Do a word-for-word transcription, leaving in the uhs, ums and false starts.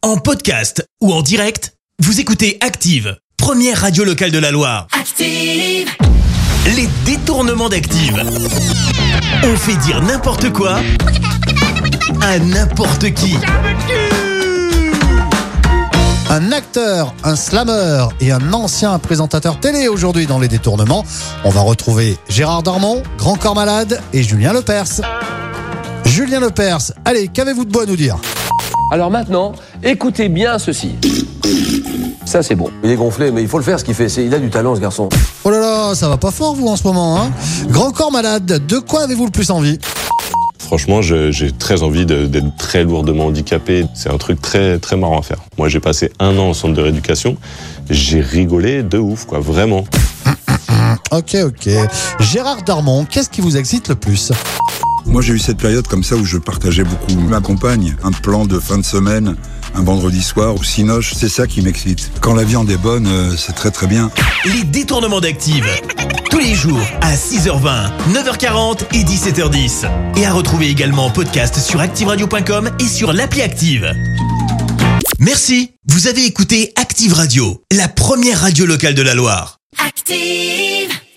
En podcast ou en direct, vous écoutez Active, première radio locale de la Loire. Active! Les détournements d'Active. On fait dire n'importe quoi à n'importe qui. Un acteur, un slameur et un ancien présentateur télé aujourd'hui dans les détournements. On va retrouver Gérard Darmon, Grand Corps Malade et Julien Lepers. Julien Lepers, allez, qu'avez-vous de beau à nous dire ? Alors maintenant, écoutez bien ceci. Ça c'est bon. Il est gonflé, mais il faut le faire ce qu'il fait. C'est, il a du talent ce garçon. Oh là là, ça va pas fort vous en ce moment, hein ? Grand Corps Malade, de quoi avez-vous le plus envie ? Franchement, je, j'ai très envie de, d'être très lourdement handicapé. C'est un truc très très marrant à faire. Moi, j'ai passé un an au centre de rééducation. J'ai rigolé de ouf, quoi, vraiment. Ok, ok. Gérard Darmon, qu'est-ce qui vous excite le plus ? Moi, j'ai eu cette période comme ça où je partageais beaucoup ma compagne. Un plan de fin de semaine, un vendredi soir au Cinoche, c'est ça qui m'excite. Quand la viande est bonne, euh, c'est très très bien. Les détournements d'Active. Tous les jours à six heures vingt, neuf heures quarante et dix-sept heures dix. Et à retrouver également en podcast sur active radio point com et sur l'appli Active. Merci. Vous avez écouté Active Radio, la première radio locale de la Loire. Active!